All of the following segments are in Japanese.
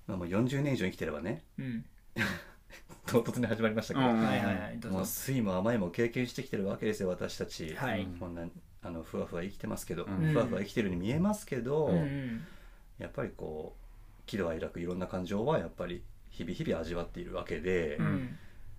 まあ、もう40年以上生きてればね、 うん。 唐突に始まりましたけど、 うんはいはいはい。どうもうぞ。 酸いも甘いも経験してきてるわけですよ、私たち。 はい。 こんなふわふわ生きてますけど、 うんふわふわ生きてるように見えますけど、 うんうん。 やっぱりこう喜怒哀楽いろんな感情はやっぱり日々日々味わっているわけで、 うん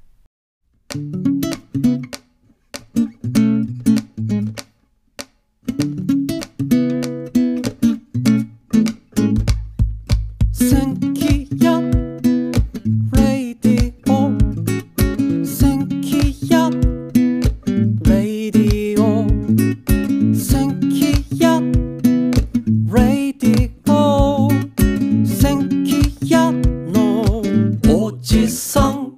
千キヤレディオ千キヤレディオ千キヤレディオ千キヤのおじさん。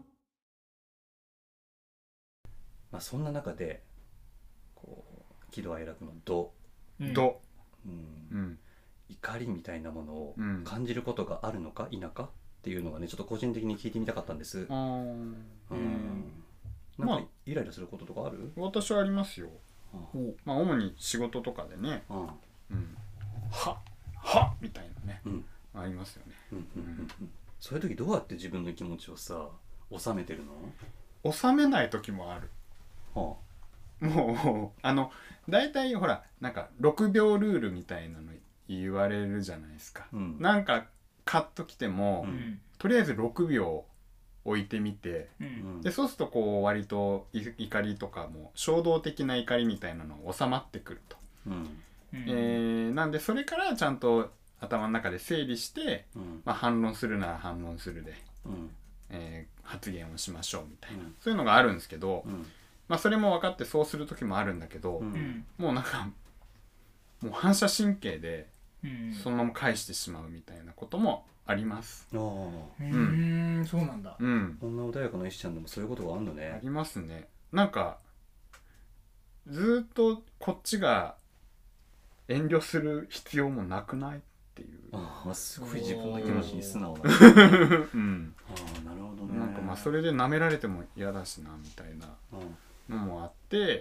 まあ、そんな中でこう喜怒哀楽の度、 うん。 どうんうん怒りみたいなものをうん感じることがあるのか否かっていうのがねちょっと個人的に聞いてみたかったんです。 あーなんまあかイライラすることとかある？ 私はありますよ。 おまあ主に仕事とかでね、 うんうん、はみたいなね、 うんありますよね。 そういう時どうやって自分の気持ちをさ収めてるの？ 収めない時もある。 はもう大体ほらなんか6秒ルールみたいなの言われるじゃないですか。 あ、うんなんかカッときても、 うんとりあえず6秒置いてみて、 ううんんでそうするとこう割と怒りとかも衝動的な怒りみたいなのが収まってくると、 うんなんでそれからちゃんと頭の中で整理して、 うんまあ、反論するなら反論するで、 うん発言をしましょうみたいな、 うんそういうのがあるんですけど、 うんまあ、それも分かってそうする時もあるんだけど、 うんうんもうなんかもう反射神経でうんそのまま返してしまうみたいなこともあります。 ああ、 うんそうなんだ。 うん、 こんな穏やかな石ちゃんでもそういうことがあるのあね。 りますね。なんかずーっとこっちが遠慮する必要もなくないっていう。 ああ、すごい自分の気持ちに素直な。あうん、 あ、なるほどね。 なんかまあそれで舐められても嫌だしなみたいなのもあって、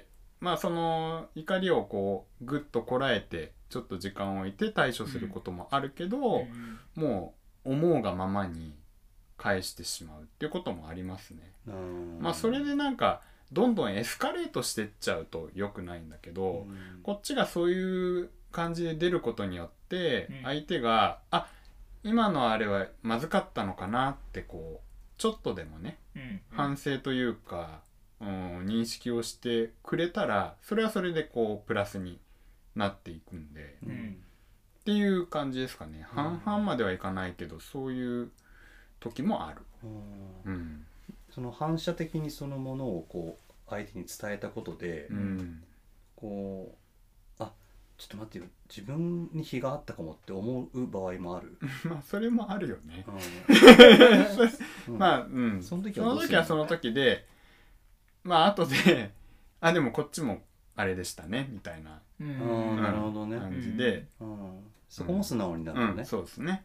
まあその怒りをこうぐっとこらえてちょっと時間を置いて対処することもあるけど、もう思うがままに返してしまうっていうこともありますね。 うんまあそれでなんかどんどんエスカレートしてっちゃうと良くないんだけど、こっちがそういう感じで出ることによってうん相手が、あ、今のあれはまずかったのかなってこうちょっとでもね反省というか、認識をしてくれたらそれはそれでこうプラスになっていくんで、 うんっていう感じですかね。半々まではいかないけどそういう時もある。 うんうんその反射的にそのものをこう相手に伝えたことで、 うんこうあ、ちょっと待ってよ、自分に非があったかもって思う場合もある。 まあそれもあるよね。 うんまあうん、 その時そのはどうするの時はその時で、まあ後であ、でもこっちもあれでしたねみたいなああ、なるほどね。 感じで、 うんそこも素直になるのね。 そうですね。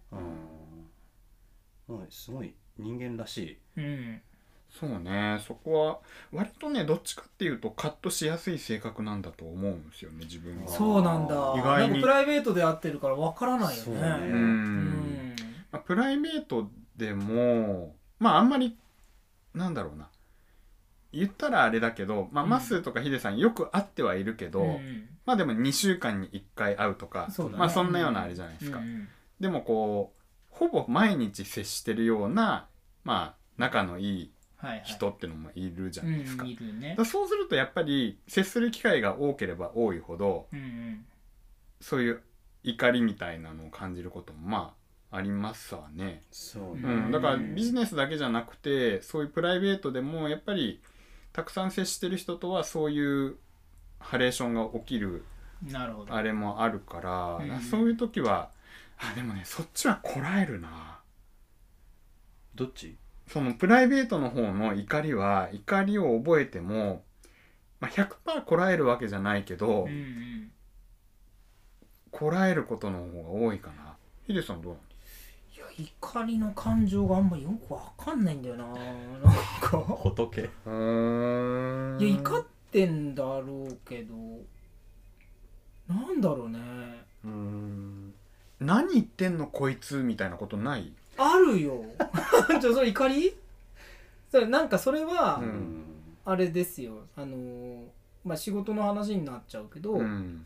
うんすごい人間らしい。 そうね、そこは割とねどっちかっていうとカットしやすい性格なんだと思うんですよね、自分は。 そうなんだ。 意外になんかプライベートで会ってるからわからないよね。 そうねまあ、プライベートでもまああんまりなんだろうな、言ったらあれだけど、まあ、マスとかヒデさんよく会ってはいるけど、まあでも2週間に1回会うとか、 そうだねまあそんなようなあれじゃないですか。でもこうほぼ毎日接してるようなまあ仲のいい人ってのもいるじゃないですか。 いるねだからそうするとやっぱり接する機会が多ければ多いほど、そういう怒りみたいなのを感じることもまあありますわね。 そうね。 だからビジネスだけじゃなくてそういうプライベートでもやっぱりたくさん接してる人とはそういうハレーションが起きるなるほど。 あれもあるから、そういう時はでもねそっちはこらえるな。 どっち？ そのプライベートの方の怒りは怒りを覚えても、まあ、100% こらえるわけじゃないけど、こらえることの方が多いかな。ヒデさんどうなの？ いや怒りの感情があんまりよくわかんないんだよな。なんか仏。 いや怒ってんだろうけどなんだろうね。 何言ってんのこいつみたいなことない？ あるよそれ怒り？それなんかそれは、 うんあれですよ、まあ仕事の話になっちゃうけど、 うん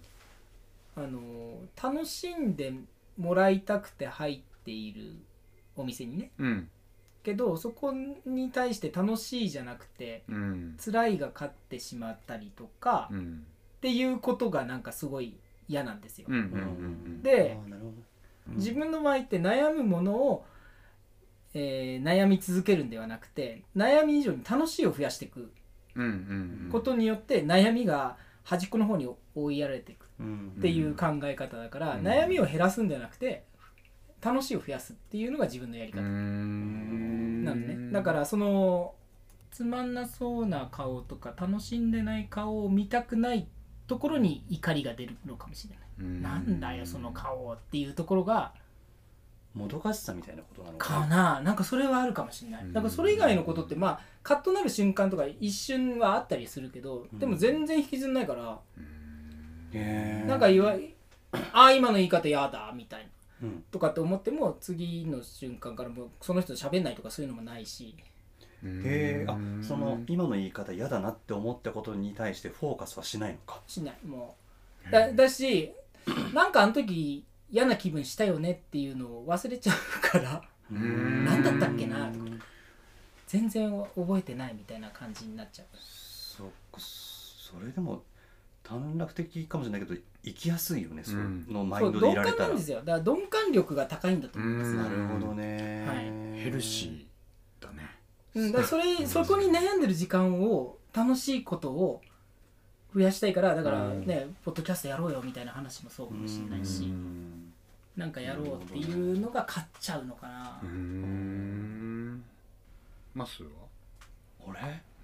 楽しんでもらいたくて入っているお店にね、 うんけどそこに対して楽しいじゃなくてうん辛いが勝ってしまったりとか、 うんっていうことがなんかすごい嫌なんですよ、 うんうんであーなるほど自分の場合って悩むものを、悩み続けるんではなくて悩み以上に楽しいを増やしていくうんうんことによって悩みが端っこの方に追いやられていくうんっていう考え方だから、 うん悩みを減らすんじゃなくて楽しいを増やすっていうのが自分のやり方なのね。だからそのつまんなそうな顔とか楽しんでない顔を見たくないところに怒りが出るのかもしれない。なんだよその顔っていうところがもどかしさみたいなことなのかな。なんかそれはあるかもしれない。だからそれ以外のことってまあカッとなる瞬間とか一瞬はあったりするけど、でも全然引きずんないから、なんかあ今の言い方やだみたいな、とかって思っても次の瞬間からもうその人と喋んないとかそういうのもないし。 へえ、あ、その今の言い方嫌だなって思ったことに対してフォーカスはしないのか。 しない。もうだしなんかあの時嫌な気分したよねっていうのを忘れちゃうから何だったっけなとか全然覚えてないみたいな感じになっちゃう。 それでも短絡的かもしれないけど生きやすいよね、そのマイそうンドでいられたら。 鈍感なんですよ。だから鈍感力が高いんだと思います。 なるほどね、 はいヘルシーだね。 だからそこに悩んでる時間を楽しいことを増やしたいから、だからね、ポッドキャストやろうよみたいな話もそうかもしれないし、なんかやろうっていうのが勝っちゃうのかな。 マスは？ 俺、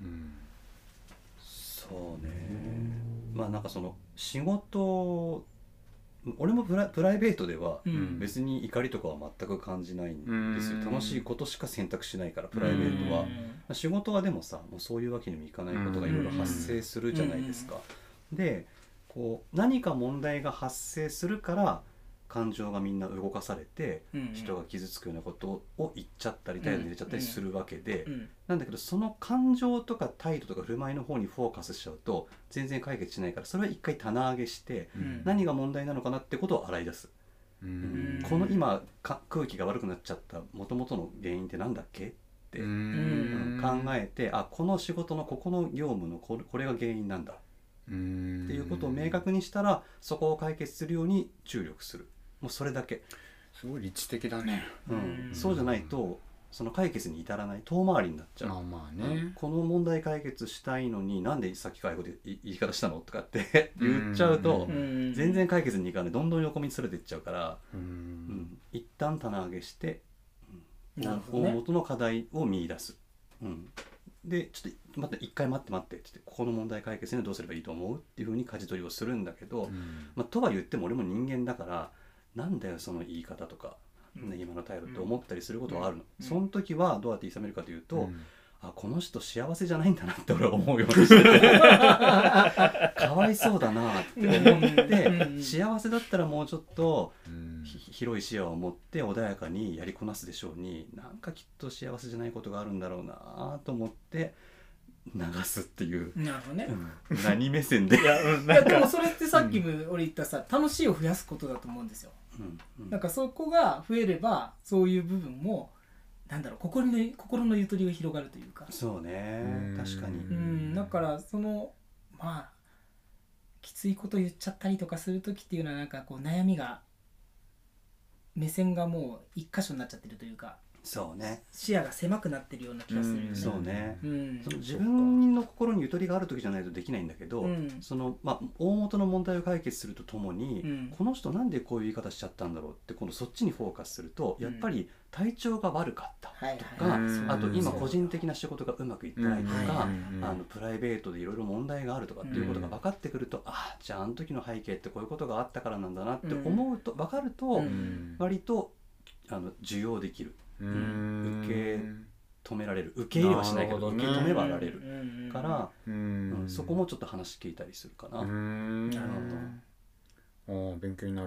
そうね、まあなんかその仕事、俺もプライベートでは別に怒りとかは全く感じないんですよ。楽しいことしか選択しないから、プライベートは。仕事はでもさ、もうそういうわけにもいかないことがいろいろ発生するじゃないですか。でこう何か問題が発生するから感情がみんな動かされて、人が傷つくようなことを言っちゃったり態度に入れちゃったりするわけで、なんだけどその感情とか態度とか振る舞いの方にフォーカスしちゃうと全然解決しないから、それは一回棚上げして、何が問題なのかなってことを洗い出す。この今空気が悪くなっちゃった元々の原因ってなんだっけって考えて、あ、この仕事のここの業務のこれが原因なんだっていうことを明確にしたら、そこを解決するように注力する。もうそれだけ。 すごい理知的だね。 そうじゃないとその解決に至らない、遠回りになっちゃう。 まあね、 この問題解決したいのになんでさっき介護で言い方したのとかって言っちゃうと全然解決にいかない、どんどん横道にそれていっちゃうから、一旦棚上げして、大元の課題を見出す。でちょっと待って、一回待ってってここの問題解決にはどうすればいいと思うっていうふうに舵取りをするんだけど、とは言っても俺も人間だから、なんだよその言い方とか、今の態度って思ったりすることはあるの。その時はどうやっていさめるかというと、あ、この人幸せじゃないんだなって俺は思うようにしててかわいそうだなって思って幸せだったらもうちょっと広い視野を持って穏やかにやりこなすでしょうに、なんかきっと幸せじゃないことがあるんだろうなと思って流すっていう。 なるほどね。 何目線でいやでもそれってさっきも俺言ったさ、楽しいを増やすことだと思うんですよ。なんかそこが増えればそういう部分もなんだろう、心のゆとりが広がるというか。 そうね、確かに。 だからそのまあきついこと言っちゃったりとかする時っていうのはなんかこう悩みが目線がもう一箇所になっちゃってるというか、 そうね、 視野が狭くなってるような気がするよね。 そうね、その自分の心にゆとりがある時じゃないとできないんだけど、その大元の問題を解決するとともに、この人なんでこういう言い方しちゃったんだろうって今度そっちにフォーカスすると、やっぱり体調が悪かったとか、あと今個人的な仕事がうまくいってないとか、プライベートでいろいろ問題があるとかっていうことが分かってくると、あ、じゃああの時の背景ってこういうことがあったからなんだなって思うと、分かると割と受容できる。受け止められる、受け入れはしないけど、受け止めはられるから、そこもちょっと話聞いたりするかな。 なるほど。勉強になる。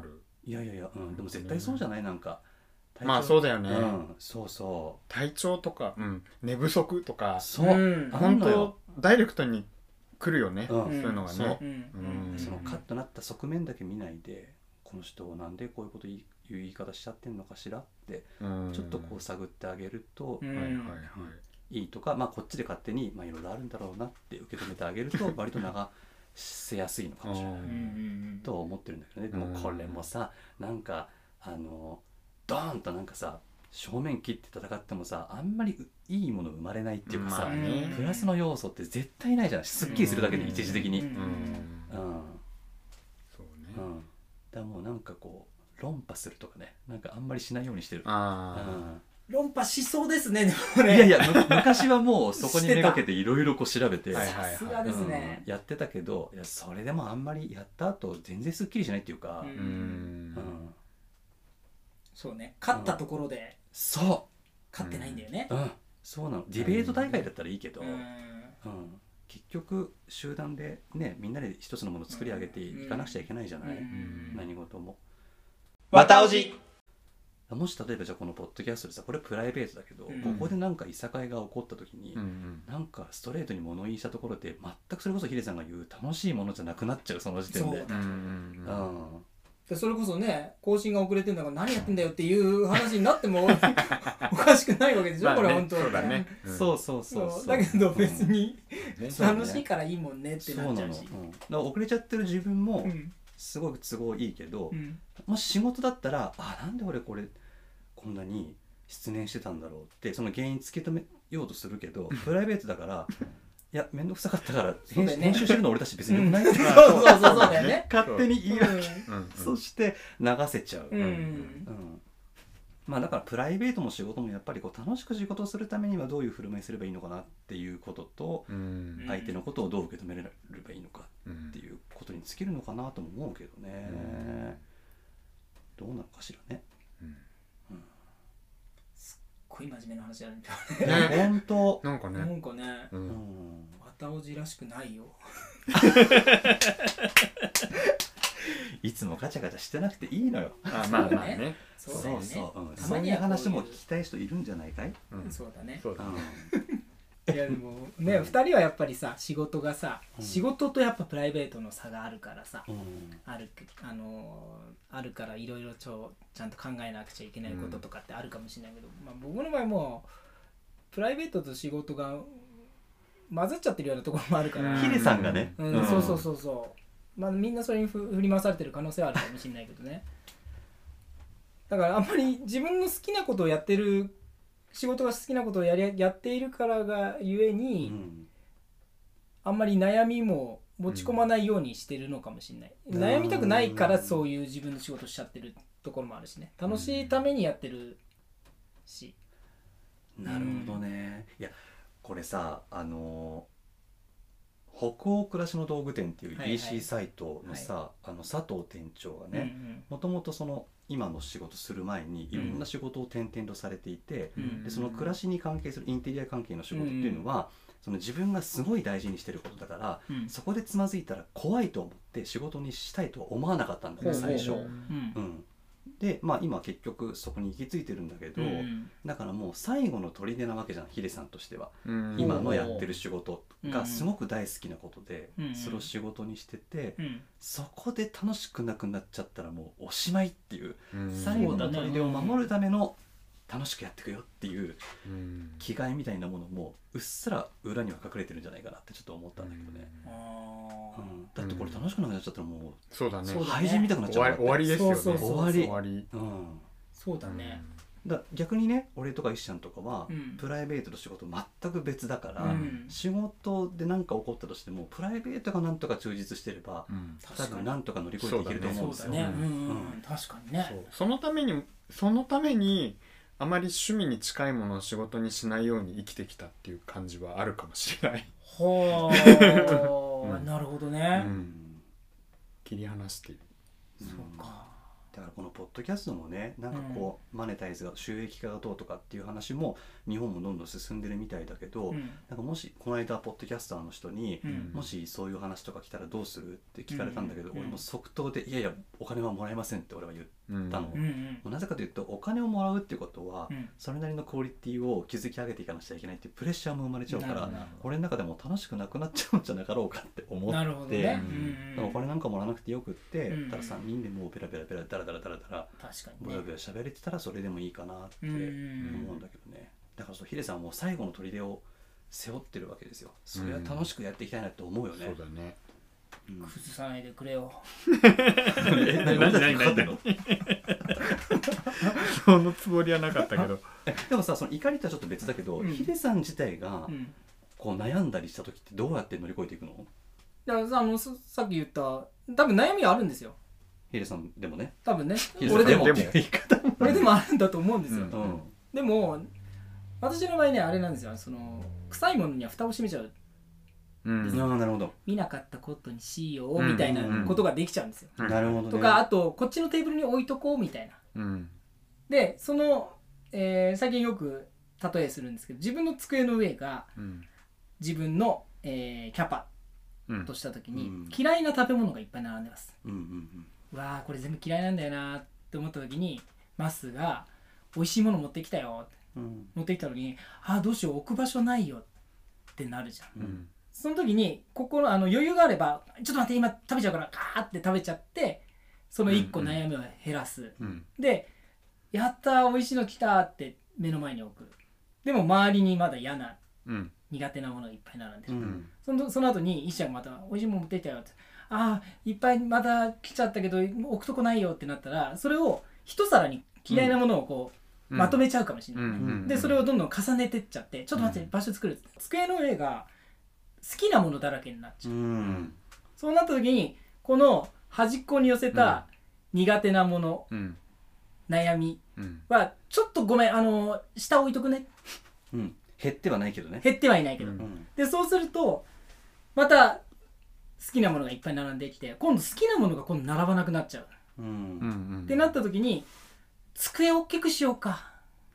いやいやいや、でも絶対そうじゃない？なんかまあそうだよね、 そうそう、 体調とか、寝不足とか、 そう、 本当ダイレクトに来るよね、そういうのがね。 そのカッとなった側面だけ見ないで、この人なんでこういうこという言い方しちゃってんのかしらってちょっとこう探ってあげるといいとか、まあこっちで勝手にいろいろあるんだろうなって受け止めてあげると割と流せやすいのかもしれないと思ってるんだけどね。でもこれもさ、なんかドーンとなんかさ正面切って戦ってもさ、あんまりいいもの生まれないっていうかさ、プラスの要素って絶対ないじゃん。すっきりするだけで一時的に。そうね。だからもうなんかこう論破するとかね、なんかあんまりしないようにしてる。 論破しそうですね。でもね。 いやいや、昔はもうそこにめがけていろいろこう調べてさすがですね、 やってたけど、いやそれでもあんまりやった後全然すっきりしないっていうか。 そうね。勝ったところで。そう。勝ってないんだよね。 そうなの。ディベート大会だったらいいけど、結局集団でね、みんなで一つのものを作り上げていかなくちゃいけないじゃない。何事も。 わたおじ。 もし例えばじゃあこのポッドキャストでさ、これプライベートだけど、ここでなんかいさかいが起こった時に、なんかストレートに物言いしたところで全くそれこそヒデさんが言う楽しいものじゃなくなっちゃう、その時点で。 それこそね、更新が遅れてんだから何やってんだよっていう話になってもおかしくないわけでしょ、これ本当は。 そうだね。 そうだけど別に楽しいからいいもんねってなっちゃうし。 だから遅れちゃってる自分もすごく都合いいけど、もし仕事だったら、なんで俺こんなに失念してたんだろうってその原因突き止めようとするけど、プライベートだからいや面倒くさかったから編集してるの俺たち別に良くないってそうだよね。 勝手に言い訳そして流せちゃう。まあだからプライベートも仕事もやっぱりこう楽しく仕事をするためにはどういう振る舞いすればいいのかなっていうことと、相手のことをどう受け止めればいいのかっていうことに尽きるのかなとも思うけどね。どうなのかしらね。 すっごい真面目な話なんだよね。本当。 なんかね。わたおじらしくないよ。 いつもガチャガチャしてなくていいのよ。 まあね。 そういう話も聞きたい人いるんじゃないかい？ そうだね。いやでもね、2人はやっぱりさ、仕事がさ、仕事とやっぱプライベートの差があるからさ、あるからいろいろちゃんと考えなくちゃいけないこととかってあるかもしれないけど、僕の場合もプライベートと仕事が混ざっちゃってるようなところもあるから。 ヒデさんがね。 そう。みんなそれに振り回されてる可能性はあるかもしれないけどね。だからあんまり自分の好きなことをやってる、仕事が好きなことをやっているからがゆえに、あんまり悩みも持ち込まないようにしてるのかもしれない。悩みたくないからそういう自分の仕事しちゃってるところもあるしね。楽しいためにやってるし。 なるほどね。いやこれさ、北欧暮らしの道具店っていう EC サイトのさ、佐藤店長がね、もともとその今の仕事する前にいろんな仕事を転々とされていて、でその暮らしに関係するインテリア関係の仕事っていうのは、その自分がすごい大事にしてることだから、そこでつまずいたら怖いと思って仕事にしたいとは思わなかったんだよ最初。で今結局そこに行き着いてるんだけど、だからもう最後の砦なわけじゃん、ヒデさんとしては。今のやってる仕事がすごく大好きなことで、それを仕事にしてて、そこで楽しくなくなっちゃったらもうおしまいっていう、最後の砦を守るための楽しくやっていくよっていう気概みたいなものもうっすら裏には隠れてるんじゃないかなってちょっと思ったんだけどね。だってこれ楽しくなくなっちゃったらもうそうだね、 廃人みたくなっちゃう。 終わりですよね。 終わり。そうだね。 逆にね、俺とか石ちゃんとかはプライベートと仕事全く別だから、仕事で何か起こったとしてもプライベートがなんとか忠実してれば多分なんとか乗り越えていけると思うんですよ。 確かにね。 そのためにあまり趣味に近いものを仕事にしないように生きてきたっていう感じはあるかもしれない。 なるほどね。 切り離している。 そうか。 だからこのポッドキャストもね、なんかこう、マネタイズが収益化がどうとかっていう話も日本もどんどん進んでるみたいだけど、なんかもしこの間ポッドキャスターの人に、もしそういう話とか来たらどうするって聞かれたんだけど、俺も即答でいやいやお金はもらえませんって俺は言ったの、なぜかというとお金をもらうっていうことは、それなりのクオリティを築き上げていかなきゃいけないっていうプレッシャーも生まれちゃうから、俺の中でも楽しくなくなっちゃうんじゃなかろうかって思って、お金なんかもらわなくてよくって、ただ3人でもうペラペラペラダラダラダラダラブラブラ喋れてたらそれでもいいかなって思うんだけどね。だからヒデさんはもう最後の砦を背負ってるわけですよ。それは楽しくやっていきたいなって思うよね。 そうだね。 崩さないでくれよ。 何そのつもりはなかったけど。 でもさ、その怒りとはちょっと別だけど、ヒデさん自体がこう悩んだりした時ってどうやって乗り越えていくの？ だからさっき言った多分悩みはあるんですよ。 ヒデさんでもね。 多分ね。 俺でも俺でもあるんだと思うんですよ。でも私の場合ね、あれなんですよ。臭いものには蓋を閉めちゃう。 なるほど。 見なかったことにしようみたいなことができちゃうんですよ。 なるほどね。 とか、あとこっちのテーブルに置いとこうみたいな。で最近よく例えするんですけど、自分の机の上が自分のキャパとした時に嫌いな食べ物がいっぱい並んでます。うわーこれ全部嫌いなんだよなって思った時に、マスが美味しいもの持ってきたよって、持ってきたのに、あーどうしよう置く場所ないよってなるじゃん。その時に余裕があれば、ちょっと待って今食べちゃうからガーって食べちゃって、その1個悩みを減らす。でやったー美味しいの来たって目の前に置く。でも周りにまだ嫌な、苦手なものがいっぱい並んでる。その後に一社がまた美味しいもの持ってきたよって、あーいっぱいまた来ちゃったけど置くとこないよってなったら、それを一皿に嫌いなものをこう、まとめちゃうかもしれない。でそれをどんどん重ねてっちゃって、ちょっと待って場所作る。机の上が好きなものだらけになっちゃう。そうなった時にこの端っこに寄せた苦手なもの、悩みはちょっとごめん下置いとくね。 減ってはないけどね。 減ってはいないけど。でそうするとまた好きなものがいっぱい並んできて、今度好きなものが今度並ばなくなっちゃう。ってなった時に机を大きくしようか、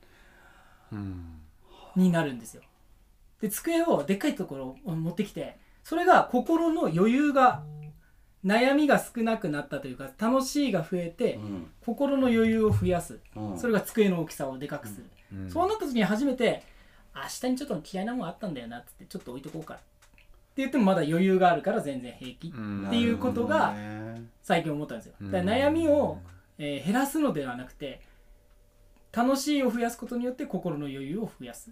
になるんですよ。で机をでっかいところを持ってきて、それが心の余裕が、悩みが少なくなったというか楽しいが増えて、心の余裕を増やす。それが机の大きさをでかくする。そうなった時に初めて、明日にちょっと嫌いなものあったんだよなっつってちょっと置いとこうかって言ってもまだ余裕があるから全然平気っていうことが最近思ったんですよ。だから悩みを減らすのではなくて、楽しいを増やすことによって心の余裕を増やす。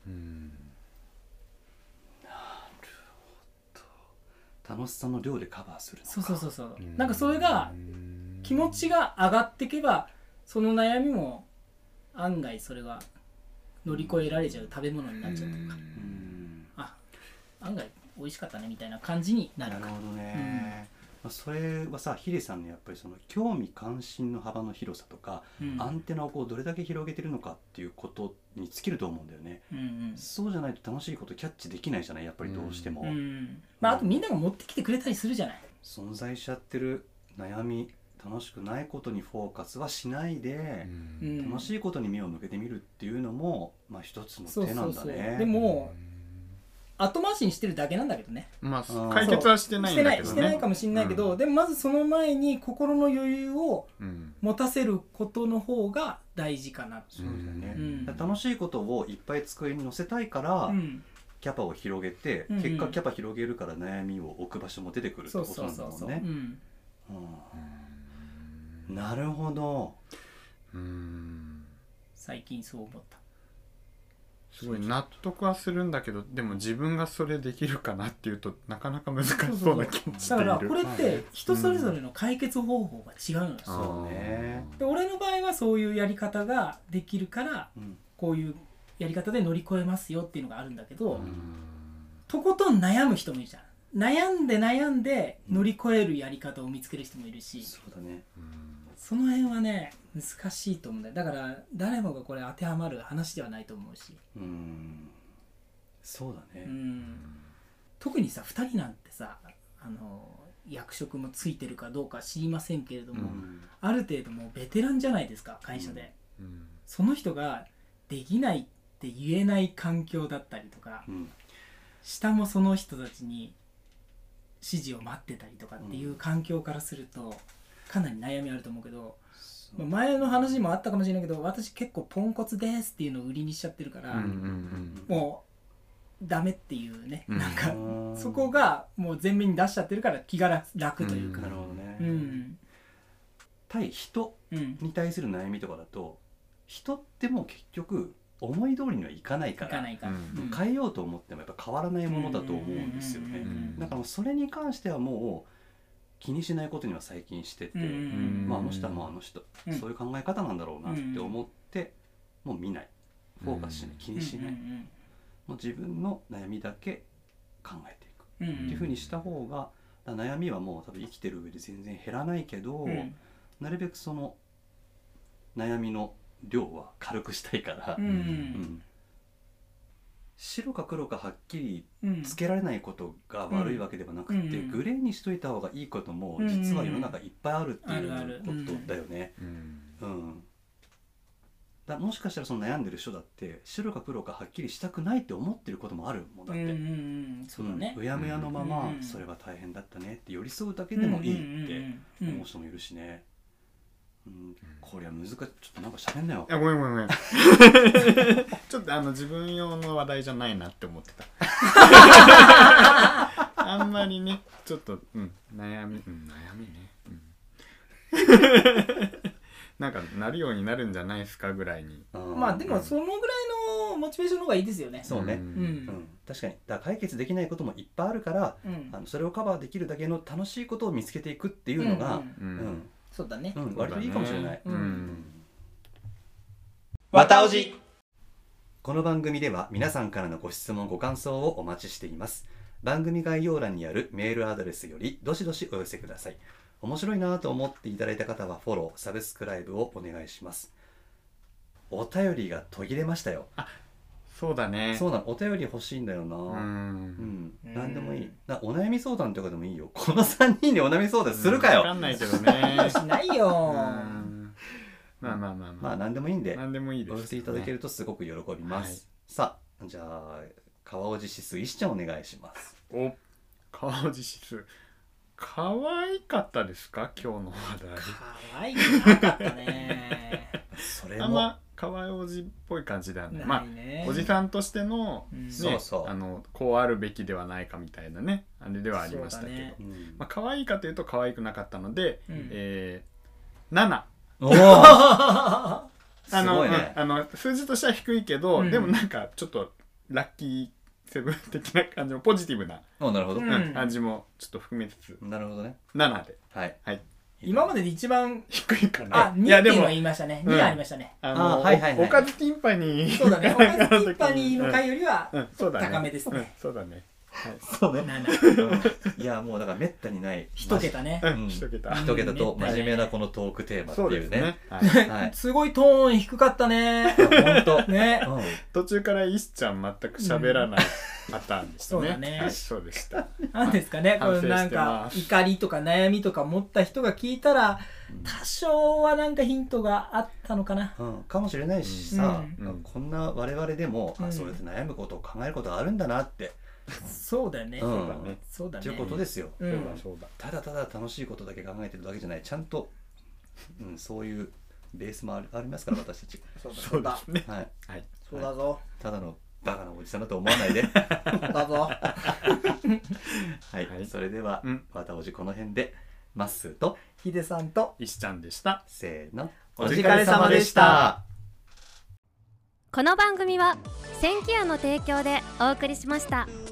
楽しさの量でカバーするのか。そう。なんかそれが気持ちが上がっていけば、その悩みも案外それが乗り越えられちゃう食べ物になっちゃうとか、案外美味しかったねみたいな感じになる。 なるほどね。それはさ、ヒデさんのやっぱりその興味関心の幅の広さとか、アンテナをこうどれだけ広げてるのかっていうことに尽きると思うんだよね。そうじゃないと楽しいことキャッチできないじゃない、やっぱりどうしても。 あとみんなが持ってきてくれたりするじゃない。 存在しちゃってる悩み、楽しくないことにフォーカスはしないで、楽しいことに目を向けてみるっていうのも一つの手なんだね。 でも後回しにしてるだけなんだけどね。 解決はしてないんだけどね。 してないかもしれないけど、でもまずその前に心の余裕を持たせることの方が大事かな。 そうだね。楽しいことをいっぱい机に載せたいから、キャパを広げて、結果キャパ広げるから悩みを置く場所も出てくるってことなんだもんね。なるほど。 最近そう思った。 すごい納得はするんだけど、でも自分がそれできるかなっていうとなかなか難しそうな気もしている。 だからこれって人それぞれの解決方法が違うのよ。 そうね。 で俺の場合はそういうやり方ができるから、こういうやり方で乗り越えますよっていうのがあるんだけど、とことん悩む人もいるじゃん。悩んで乗り越えるやり方を見つける人もいるし、 そうだね。 その辺はね難しいと思うんだよ。だから誰もがこれ当てはまる話ではないと思うし。 そうだね。 特にさ2人なんてさ役職もついてるかどうか知りませんけれども、 うん、 ある程度もうベテランじゃないですか会社で、 うん、 その人ができないって言えない環境だったりとか、下もその人たちに指示を待ってたりとかっていう環境からするとかなり悩みあると思うけど、前の話もあったかもしれないけど、私結構ポンコツですっていうのを売りにしちゃってるから、もうダメっていうね、なんかそこがもう前面に出しちゃってるから気が楽というか、 なるほどね、対人に対する悩みとかだと、人ってもう結局思い通りにはいかないから変えようと思ってもやっぱ変わらないものだと思うんですよね。だからそれに関してはもう気にしないことには最近してて、まああの人はもうあの人、そういう考え方なんだろうなって思ってもう見ない、フォーカスしない、気にしない、もう自分の悩みだけ考えていくっていう風にした方が、悩みはもう多分生きてる上で全然減らないけど、なるべくその悩みの量は軽くしたいから、白か黒かはっきりつけられないことが悪いわけではなくて、グレーにしといた方がいいことも実は世の中いっぱいあるっていうことだよね。だもしかしたらその悩んでる人だって白か黒かはっきりしたくないって思ってることもあるもんだって、 そうだね、 うやむやのままそれは大変だったねって寄り添うだけでもいいって思う人もいるしね。これは難しい。ちょっとなんか喋んなよ。 いやごめんちょっと自分用の話題じゃないなって思ってたあんまりねちょっと、悩みね、なんかなるようになるんじゃないですかぐらいに。 まあでもそのぐらいのモチベーションの方がいいですよね。 そうね、確かに。だから解決できないこともいっぱいあるから、それをカバーできるだけの楽しいことを見つけていくっていうのが、 そうだね、 割といいかもしれない。 わたおじ。 この番組では皆さんからのご質問ご感想をお待ちしています。番組概要欄にあるメールアドレスよりどしどしお寄せください。面白いなと思っていただいた方はフォロー、サブスクライブをお願いします。お便りが途切れましたよ。 そうだね。 そうなの、お便り欲しいんだよな。何でもいい。お悩み相談とかでもいいよ。この3人でお悩み相談するかよ。 分かんないけどね。 しないよ。 まあ何でもいいんで、 何でもいいです、 お寄せいただけるとすごく喜びます。さあ、じゃあ川尾指数石ちゃんお願いします。 川尾指数可愛かったですか今日の話題。 可愛くなかったねそれもあんま川尾じっぽい感じではない。まあおじさんとしての、こうあるべきではないかみたいなねあれではありましたけど、可愛いかというと可愛くなかったので、7。 おーすごいね。 数字としては低いけど、でもなんかちょっとラッキーセブン的な感じのポジティブな感じもちょっと含めつつ、 なるほどね。 7で、 今までで一番低いかな。 2っていうのは言いましたね。2ありましたね。 おかずティンパニー。 そうだね。おかずティンパニーの回よりは高めですね。 そうだね。 そうね。いやもうだからめったにない一桁ね。 一桁と真面目なこのトークテーマっていうね。 すごいトーン低かったね。 本当ね。 途中から石ちゃん全く喋らないパターンでしたね。 そうだね。 そうでした。 なんですかね。これなんか怒りとか悩みとか持った人が聞いたら多少はなんかヒントがあったのかな。 かもしれないしさ、こんな我々でもそうやって悩むことを考えることがあるんだなって。 そうだよね。 そうだね。ということですよ。 そうだ。 ただただ楽しいことだけ考えてるだけじゃない。ちゃんとそういうベースもありますから私たち。 そうだ。 はい。 そうだぞ。 ただのバカなおじさんだと思わないで。 だぞ。 はい。それではわたおじこの辺でまっすーとひでさんと石ちゃんでした。 せーの。 お疲れ様でした。 この番組は千キヤの提供でお送りしました。